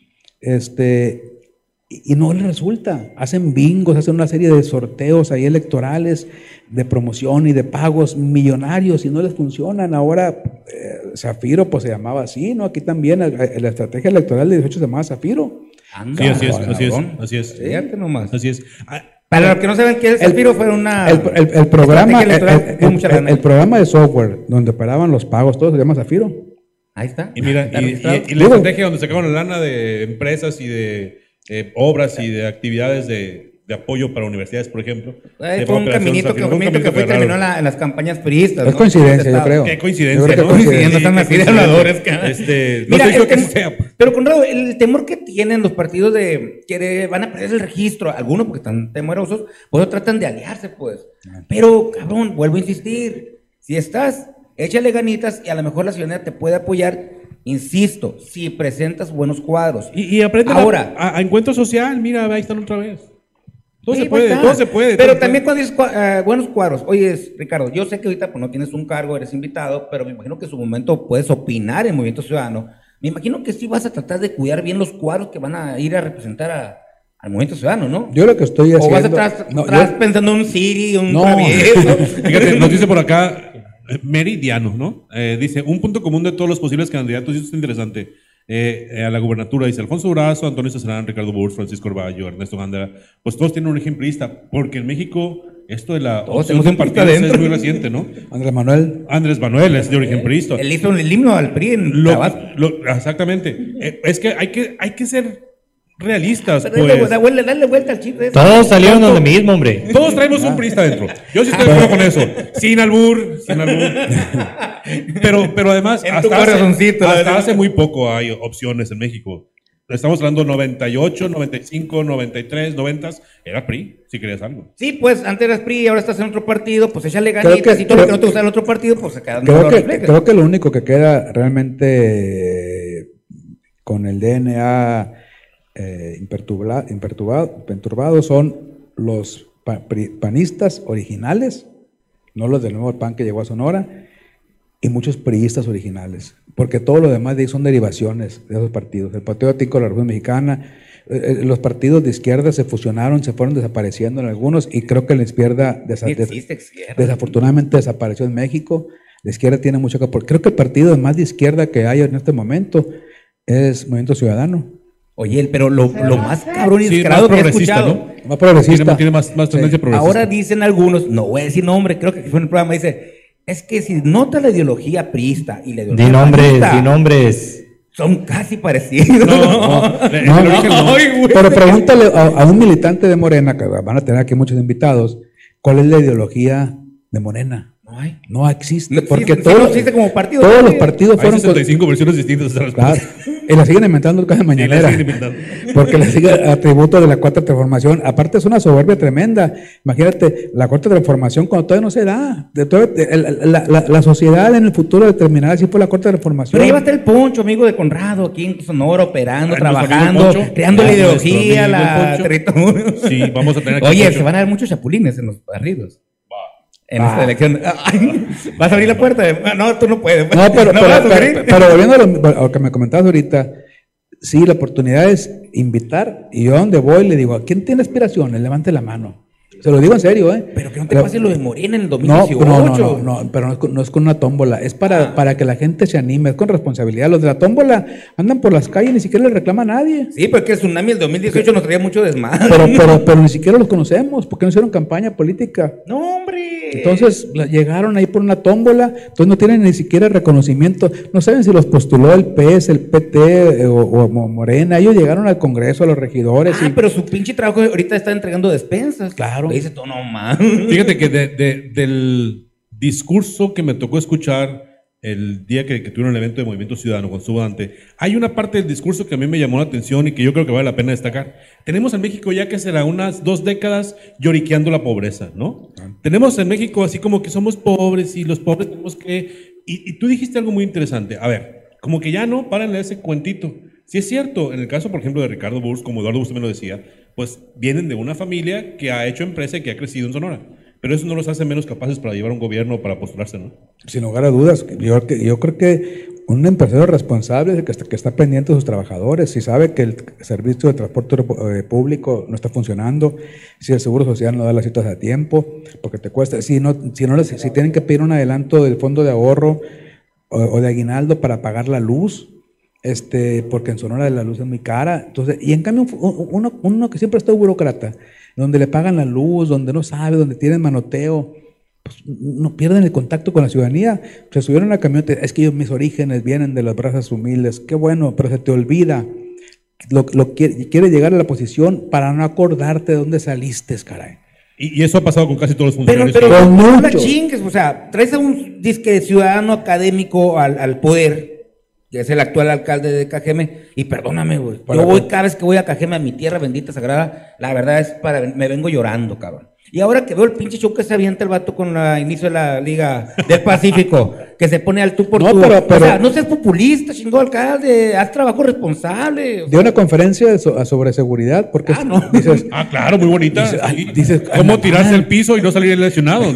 Y no les resulta. Hacen bingos, hacen una serie de sorteos ahí electorales, de promoción y de pagos millonarios y no les funcionan. Ahora, Zafiro, pues se llamaba así, ¿no? Aquí también la estrategia electoral de 18 se llamaba Zafiro. Anda, Sí, cabrón. así es. Fíjate nomás. Así es. Para los que no saben qué es Zafiro, fue una... El programa, estrategia electoral con mucha lana. el programa de software donde operaban los pagos, todo se llama Zafiro. Ahí está. Y mira, Está y registrado. la estrategia donde sacaban la lana de empresas y de obras y de actividades de de apoyo para universidades, por ejemplo. Fue un caminito que fue y terminó en las campañas priistas. Es coincidencia, yo creo. Qué coincidencia, Yo creo ¿no? que coincidencia. No están así de habladores, cara. No Mira, estoy diciendo que sea. pero Conrado, el temor que tienen los partidos de que van a perder el registro, algunos porque están temerosos, pues tratan de aliarse, pues. Pero, cabrón, vuelvo a insistir, si estás, échale ganitas y a lo mejor la ciudadanía te puede apoyar. Insisto, si presentas buenos cuadros. Y aprende ahora a encuentro social, mira, ahí están otra vez. Todo sí, se puede, pues, todo se puede. Pero todo también puede. cuando dices buenos cuadros, oye, Ricardo, yo sé que ahorita pues, no tienes un cargo, eres invitado, pero me imagino que en su momento puedes opinar en Movimiento Ciudadano. Me imagino que sí vas a tratar de cuidar bien los cuadros que van a ir a representar al Movimiento Ciudadano, ¿no? Yo lo que estoy haciendo... O vas atrás pensando en un Siri, un travieso. Fíjate, nos dice por acá Meridiano, ¿no? Dice, un punto común de todos los posibles candidatos, y esto es interesante, a la gubernatura, dice Alfonso Durazo, Antonio Cesarán, Ricardo Burs, Francisco Orballo, Ernesto Gándara, pues todos tienen un ejemplista, porque en México esto de la opción de partidos es muy reciente, ¿no? Andrés Manuel es de origen priista. Él hizo el himno al PRI en Tabasco. Exactamente. Es que hay que ser realistas, Pero pues. dale vuelta al chip de ese. Todos salieron donde mismo, hombre. Todos traemos un priista dentro. Yo sí estoy de acuerdo con eso. Sin albur. Pero además, hasta hace muy poco hay opciones en México. Estamos hablando 98, 95, 93, 90, era PRI, si querías algo. Sí, pues antes eras PRI, ahora estás en otro partido, pues échale ganitas y todo lo que no te gusta en otro partido, pues se queda. Creo que lo único que queda realmente con el DNA imperturbado son los panistas originales, no los del nuevo PAN que llegó a Sonora, y muchos priistas originales, porque todo lo demás de ahí son derivaciones de esos partidos. El Partido Atícola de la Revolución Mexicana, los partidos de izquierda se fusionaron, se fueron desapareciendo en algunos, y creo que la izquierda desafortunadamente desapareció en México. La izquierda tiene mucho que aportar. Creo que el partido más de izquierda que hay en este momento es Movimiento Ciudadano. Oye, pero lo más cabrón y descarado que he escuchado, ¿no? Más progresista. Tiene más tendencia progresista. Ahora dicen algunos, no voy a decir nombre, creo que fue en el programa, dice, es que si notas la ideología priista y la ideología Di nombres. son casi parecidos. Pero pregúntale a un militante de Morena, que van a tener aquí muchos invitados, ¿cuál es la ideología de Morena? No existe. Porque todos los partidos fueron... Hay 65 versiones distintas de esa respuesta. Claro, y la siguen inventando cada mañanera. Porque le sigue atributo de la Cuarta Transformación. Aparte es una soberbia tremenda. Imagínate, la Cuarta Transformación cuando todavía no se da. La sociedad en el futuro determinará si fue la Cuarta Transformación. Pero llévate el Poncho, amigo de Conrado, aquí en Sonora, operando, trabajando, creando la ideología, la territorio. Sí, vamos a tener aquí. Oye, se van a dar muchos chapulines en los barridos. En esta elección. ¿Vas a abrir la puerta? No, tú no puedes. No, pero volviendo a lo que me comentabas ahorita, sí, la oportunidad es invitar, y yo a donde voy le digo, ¿quién tiene aspiraciones? Levante la mano. Se lo digo en serio, ¿eh? Pero que no te pase lo de Morena en el 2018. No, pero no es con una tómbola, es para que la gente se anime, es con responsabilidad. Los de la tómbola andan por las calles y ni siquiera les reclama a nadie. Sí, porque el tsunami del 2018 nos traía mucho desmadre. Pero ni siquiera los conocemos, porque no hicieron campaña política. No, hombre. Entonces llegaron ahí por una tómbola, entonces no tienen ni siquiera reconocimiento, no saben si los postuló el PS, el PT o Morena. Ellos llegaron al Congreso, a los regidores. Pero su pinche trabajo ahorita está entregando despensas. Claro. Le dice todo, no más. Fíjate que del discurso que me tocó escuchar el día que tuvieron el evento de Movimiento Ciudadano con su Dante, hay una parte del discurso que a mí me llamó la atención y que yo creo que vale la pena destacar. Tenemos en México ya que será unas 2 décadas lloriqueando la pobreza, ¿no? Tenemos en México así como que somos pobres y los pobres tenemos que... Y tú dijiste algo muy interesante. A ver, como que ya no, párenle ese cuentito. Si es cierto, en el caso, por ejemplo, de Ricardo Burs, como Eduardo Burs me lo decía, pues vienen de una familia que ha hecho empresa y que ha crecido en Sonora. Pero eso no los hace menos capaces para llevar un gobierno o para postularse, ¿no? Sin lugar a dudas. Yo creo que un empresario responsable es el que está pendiente de sus trabajadores. Si sabe que el servicio de transporte público no está funcionando, si el seguro social no da las citas a tiempo, porque te cuesta. Si tienen que pedir un adelanto del fondo de ahorro o de aguinaldo para pagar la luz, porque en Sonora la luz es muy cara. Entonces, y en cambio uno que siempre está burócrata, donde le pagan la luz, donde no sabe, donde tienen manoteo, pues no pierden el contacto con la ciudadanía. Se subieron a la camioneta, es que mis orígenes vienen de las brasas humildes, qué bueno, pero se te olvida quieres llegar a la posición para no acordarte de dónde saliste, caray. Y eso ha pasado con casi todos los funcionarios. Pero Con no la muchos. chingues, o sea, traes a un disque ciudadano académico al poder, que es el actual alcalde de Cajeme, y perdóname, güey, yo voy cada vez que voy a Cajeme, a mi tierra bendita, sagrada, la verdad es me vengo llorando, cabrón. Y ahora que veo el pinche show que se avienta el vato con el inicio de la Liga del Pacífico, que se pone al tú por tú. pero- O sea, no seas populista, chingón alcalde, haz trabajo responsable. De una conferencia sobre seguridad, porque no. dices, Claro, muy bonita. dices, ¿Cómo tirarse al piso y no salir lesionado?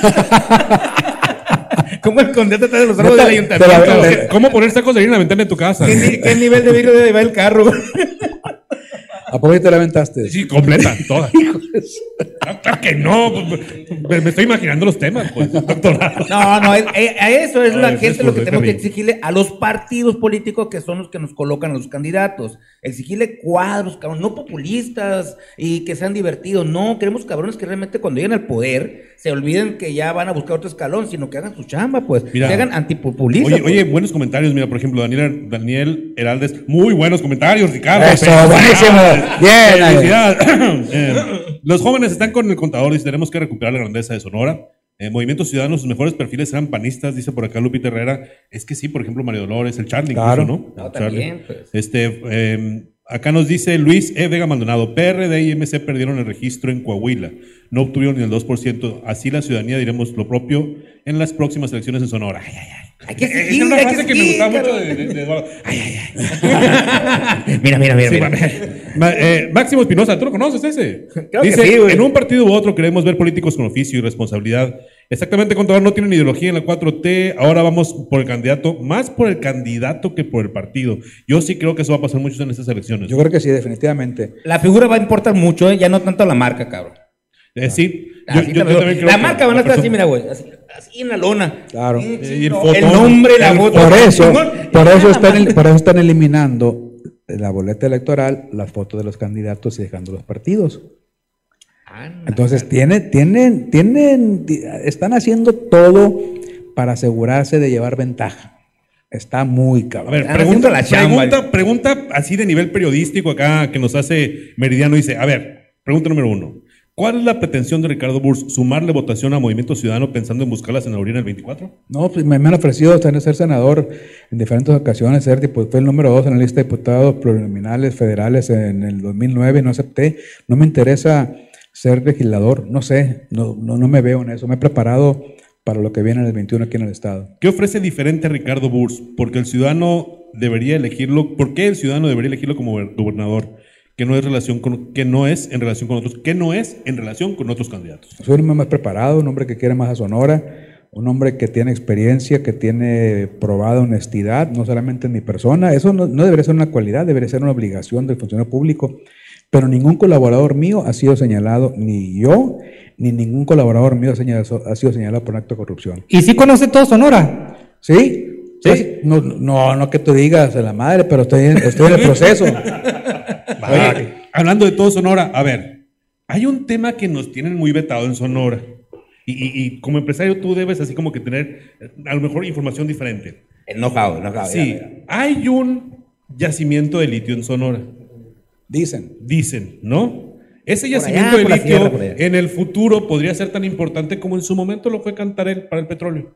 ¿Cómo esconderte atrás de los árboles del Neta, ayuntamiento? pero- ¿Cómo poner sacos de arena en la ventana de tu casa? ¿Qué nivel de vidrio debe llevar el carro? ¿a poco ya te la aventaste? Sí, completa, toda. Claro que no. Me estoy imaginando los temas, pues, doctorado. No, a eso es la No, gente es lo que tenemos que terrible. exigirle a los partidos políticos que son los que nos colocan a los candidatos. Exigirle cuadros, cabrón, no populistas y que sean divertidos. No, queremos cabrones que realmente cuando lleguen al poder se olviden que ya van a buscar otro escalón, sino que hagan su chamba, pues. Mira, que hagan antipopulistas. Oye, buenos comentarios. Mira, por ejemplo, Daniel Heraldes. Muy buenos comentarios, Ricardo. Eso, buenísimo. Bien, Felicidades. Los jóvenes están con el contador. Dice, tenemos que recuperar la grandeza de Sonora. Movimiento Ciudadano, sus mejores perfiles eran panistas, dice por acá Lupita Herrera. Es que sí, por ejemplo, Mario Dolores, el Charlie, Claro. incluso, ¿no? No, Charlie. también, pues. Acá nos dice Luis E. Vega Maldonado, PRD y MC perdieron el registro en Coahuila, no obtuvieron ni el 2%, así la ciudadanía diremos lo propio en las próximas elecciones en Sonora. Ay, ay, ay. Hay que Es exigir, una hay frase que me exigir, gustaba mucho cabrón. de Eduardo. Ay, ay, ay. Mira. Máximo Espinosa, ¿tú lo conoces ese? Claro que Dice, sí, güey. en un partido u otro queremos ver políticos con oficio y responsabilidad. Exactamente, contador, no tienen ideología en la 4T, ahora vamos por el candidato, más por el candidato que por el partido. Yo sí creo que eso va a pasar mucho en estas elecciones. Yo creo que sí, definitivamente. La figura va a importar mucho, ya no tanto la marca, cabrón. Sí, Así yo te lo digo. también creo La que marca van a estar así, persona- mira, güey, así en la lona. Claro. Y el No, foto. el nombre, la El foto. Por eso están eliminando la boleta electoral, las fotos de los candidatos y dejando los partidos. Entonces están haciendo todo para asegurarse de llevar ventaja. Está muy A cabrón. ver, Están haciendo la chamba. pregunta así de nivel periodístico acá que nos hace Meridiano. Dice, a ver, pregunta número 1. ¿Cuál es la pretensión de Ricardo Burs? ¿Sumarle votación a Movimiento Ciudadano pensando en buscar la senaduría en el 24? No, pues me han ofrecido ser senador en diferentes ocasiones, fue el número 2 en la lista de diputados plurinominales federales en el 2009, no acepté, no me interesa ser legislador, no sé, no me veo en eso, me he preparado para lo que viene en el 21 aquí en el estado. ¿Qué ofrece diferente a Ricardo Burs? Porque el ciudadano debería elegirlo, ¿por qué el ciudadano debería elegirlo como gobernador? Que no es en relación con otros candidatos. Soy un hombre más preparado, un hombre que quiere más a Sonora, un hombre que tiene experiencia, que tiene probada honestidad, no solamente en mi persona. Eso no debería ser una cualidad, debería ser una obligación del funcionario público. Pero ningún colaborador mío ha sido señalado, ni yo, ni ningún colaborador mío ha sido señalado por un acto de corrupción. ¿Y sí conoce todo Sonora? ¿Sí? Sí. No que tú digas a la madre, pero estoy en el proceso. Oye, hablando de todo Sonora, a ver, hay un tema que nos tienen muy vetado en Sonora. Y como empresario tú debes así como que tener a lo mejor información diferente. Enojado. Sí, hay un yacimiento de litio en Sonora. Dicen, ¿no? Ese yacimiento de litio en el futuro podría ser tan importante como en su momento lo fue Cantarell para el petróleo.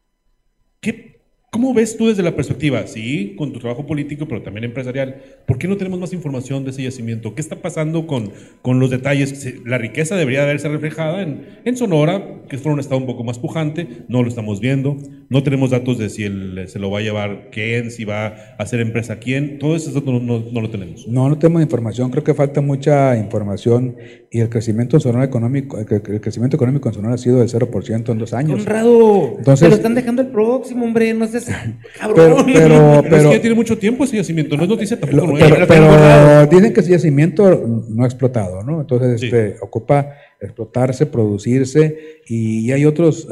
¿Cómo ves tú desde la perspectiva, sí, con tu trabajo político, pero también empresarial? ¿Por qué no tenemos más información de ese yacimiento? ¿Qué está pasando con los detalles? La riqueza debería haberse reflejada en Sonora, que fue un estado un poco más pujante, no lo estamos viendo, no tenemos datos de si se lo va a llevar quién, si va a hacer empresa quién, todo eso no lo tenemos. No tenemos información, creo que falta mucha información y el crecimiento económico en Sonora ha sido del 0% en 2 años. Conrado, Entonces, se lo están dejando el próximo, hombre, no seas cabrón. Pero es que ya tiene mucho tiempo ese yacimiento, no es noticia tampoco nueva. Pero dicen que ese yacimiento no ha explotado, ¿no? Entonces Sí. ocupa explotarse, producirse y hay otros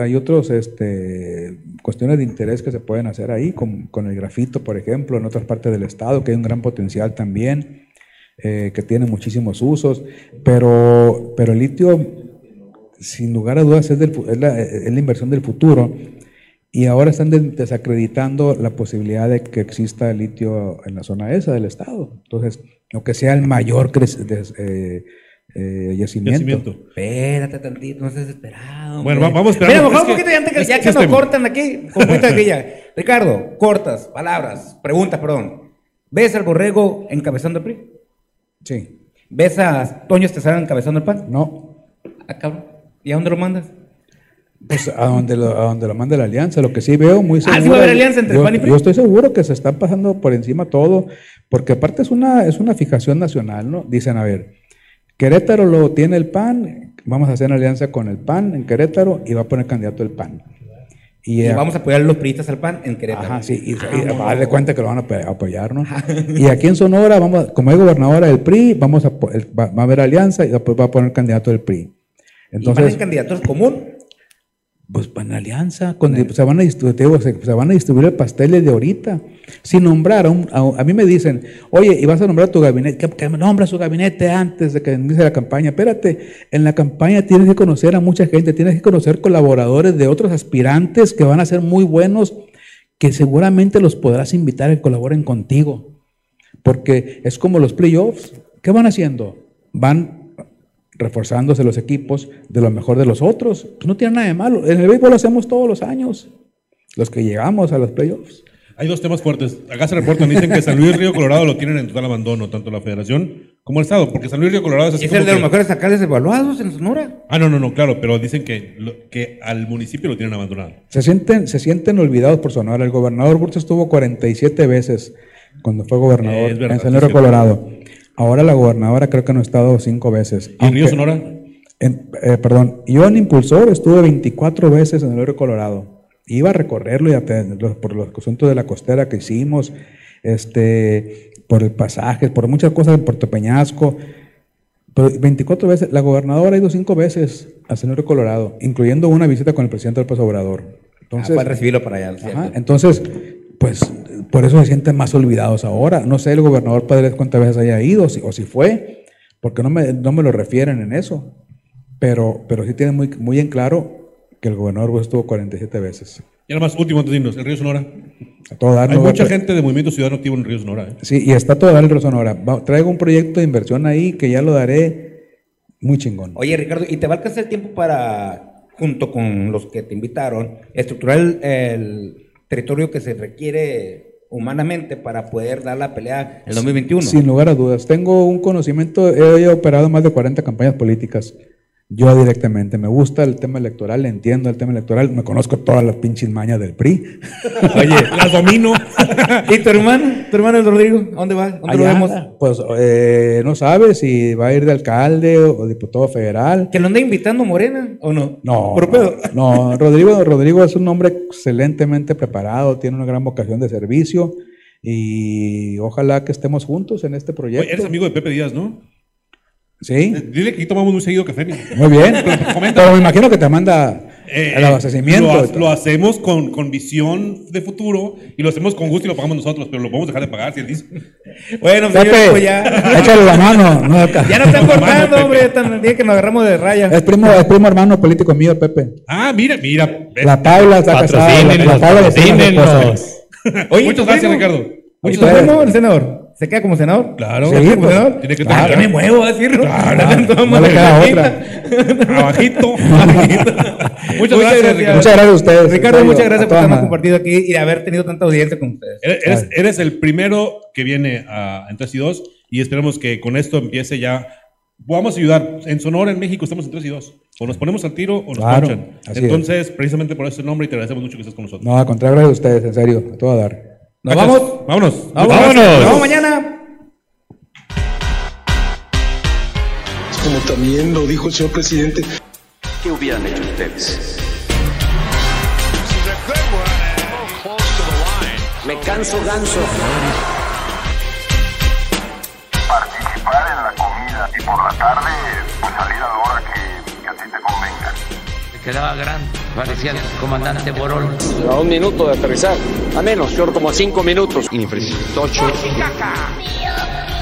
cuestiones de interés que se pueden hacer ahí, con el grafito, por ejemplo, en otras partes del estado, que hay un gran potencial también, que tiene muchísimos usos, pero el litio, sin lugar a dudas, es la inversión del futuro. Y ahora están desacreditando la posibilidad de que exista litio en la zona esa del estado. Entonces, o que sea el mayor yacimiento. Espérate tantito, no seas desesperado. Bueno, vamos a esperar. Mira, mejor un poquito ya antes que ya que nos cortan aquí, con poquita grilla. Ricardo, cortas, preguntas, perdón. ¿Ves al Borrego encabezando el PRI? Sí. ¿Ves a Toño Estezada encabezando el PAN? No. Ah, cabrón. ¿Y a dónde lo mandas? Pues a donde lo mande la alianza. Lo que sí veo muy seguro. ¿Sí va a haber alianza entre PAN y PRI? Yo estoy seguro que se están pasando por encima todo, porque aparte es una fijación nacional, ¿no? Dicen, a ver, Querétaro lo tiene el PAN, vamos a hacer una alianza con el PAN en Querétaro y va a poner candidato el PAN. Y vamos a apoyar a los priistas al PAN en Querétaro. Ajá, sí, y a darle cuenta que lo van a apoyar, ¿no? Y aquí en Sonora, como hay gobernadora del PRI, va a haber alianza y después va a poner candidato del PRI. Entonces, ¿y van en candidatos común? Pues van en alianza, se van a distribuir el pastel de ahorita. Si nombraron, a mí me dicen, oye, y vas a nombrar tu gabinete, que nombra su gabinete antes de que inicie la campaña. Espérate, en la campaña tienes que conocer a mucha gente, tienes que conocer colaboradores de otros aspirantes que van a ser muy buenos, que seguramente los podrás invitar a que colaboren contigo. Porque es como los playoffs. ¿Qué van haciendo? Van reforzándose los equipos de lo mejor de los otros. Pues no tiene nada de malo. En el béisbol lo hacemos todos los años, los que llegamos a los playoffs. Hay dos temas fuertes. Acá se reportan, dicen que San Luis Río Colorado lo tienen en total abandono, tanto la federación como el estado, porque San Luis Río Colorado es así. ¿Es el de los mejores alcaldes evaluados en Sonora? No, claro, pero dicen que al municipio lo tienen abandonado. Se sienten olvidados por Sonora. El gobernador Burts estuvo 47 veces cuando fue gobernador en San Luis Río Colorado. Ahora la gobernadora creo que no ha estado 5 veces. ¿Y en Río Sonora? Yo en Impulsor estuve 24 veces en el Río Colorado. Iba a recorrerlo por los asuntos de la costera que hicimos, por el pasaje, por muchas cosas en Puerto Peñasco. Pero 24 veces. La gobernadora ha ido 5 veces a San Luis Río Colorado, incluyendo una visita con el presidente López Obrador. Entonces, para recibirlo para allá. Entonces, pues por eso se sienten más olvidados ahora. No sé el gobernador Padres cuántas veces haya ido o si fue, porque no me lo refieren en eso. Pero sí tienen muy en claro que el gobernador estuvo 47 veces. Y nada más, último antes de irnos, el Río Sonora. A todo dar, hay mucha gente de Movimiento Ciudadano activo en el Río Sonora. Sí, y está a todo dar el Río Sonora. Traigo un proyecto de inversión ahí que ya lo daré muy chingón. Oye, Ricardo, ¿y te va a alcanzar el tiempo para, junto con los que te invitaron, estructurar el territorio que se requiere humanamente para poder dar la pelea en el 2021? Sin lugar a dudas. Tengo un conocimiento, he operado más de 40 campañas políticas. Yo directamente, me gusta el tema electoral, entiendo el tema electoral, me conozco todas las pinches mañas del PRI. Oye, las domino. ¿Y tu hermano el Rodrigo? ¿A dónde va? ¿Dónde lo vemos? Pues no sabe si va a ir de alcalde o diputado federal. ¿Que lo anda invitando Morena o no? No, Rodrigo es un hombre excelentemente preparado, tiene una gran vocación de servicio y ojalá que estemos juntos en este proyecto. Oye, eres amigo de Pepe Díaz, ¿no? Sí. Dile que aquí tomamos muy seguido café. Muy bien. Pero me imagino que te manda el abastecimiento. Lo hacemos con visión de futuro y lo hacemos con gusto y lo pagamos nosotros, pero lo podemos dejar de pagar si él dice. Bueno, señor, pues ya. Échale la mano. No, ya nos están cortando, hombre. También que nos agarramos de raya. Es primo hermano político mío, Pepe. Ah, mira. La Paula está casada. La Paula Oye, muchas gracias, Ricardo. Muchas gracias, el senador. ¿Se queda como senador? Claro. Sí, como pues, senador. Tiene que ¿a qué me muevo a decirlo? Claro. No le queda otra. Abajito. Muchas gracias, Ricardo. Muchas gracias a ustedes. Ricardo, muchas gracias por habernos compartido aquí y de haber tenido tanta audiencia con ustedes. Eres el primero que viene en 3 y 2 y esperemos que con esto empiece ya. Vamos a ayudar. En Sonora, en México, estamos en 3 y 2. O nos ponemos al tiro o nos ponchan. Entonces, precisamente por ese nombre y te agradecemos mucho que estés con nosotros. No, al contrario, gracias a ustedes, en serio. A todo dar. ¿Nos vamos? Vámonos. Nos vemos mañana. Como también lo dijo el señor presidente. ¿Qué hubieran hecho ustedes? Me canso ganso. Participar en la comida y por la tarde pues salir a la hora que a ti te convenga. Quedaba grande, parecía el comandante Borol. A 1 minuto de aterrizar. A menos, yo como a 5 minutos. Infeliz. Tocho.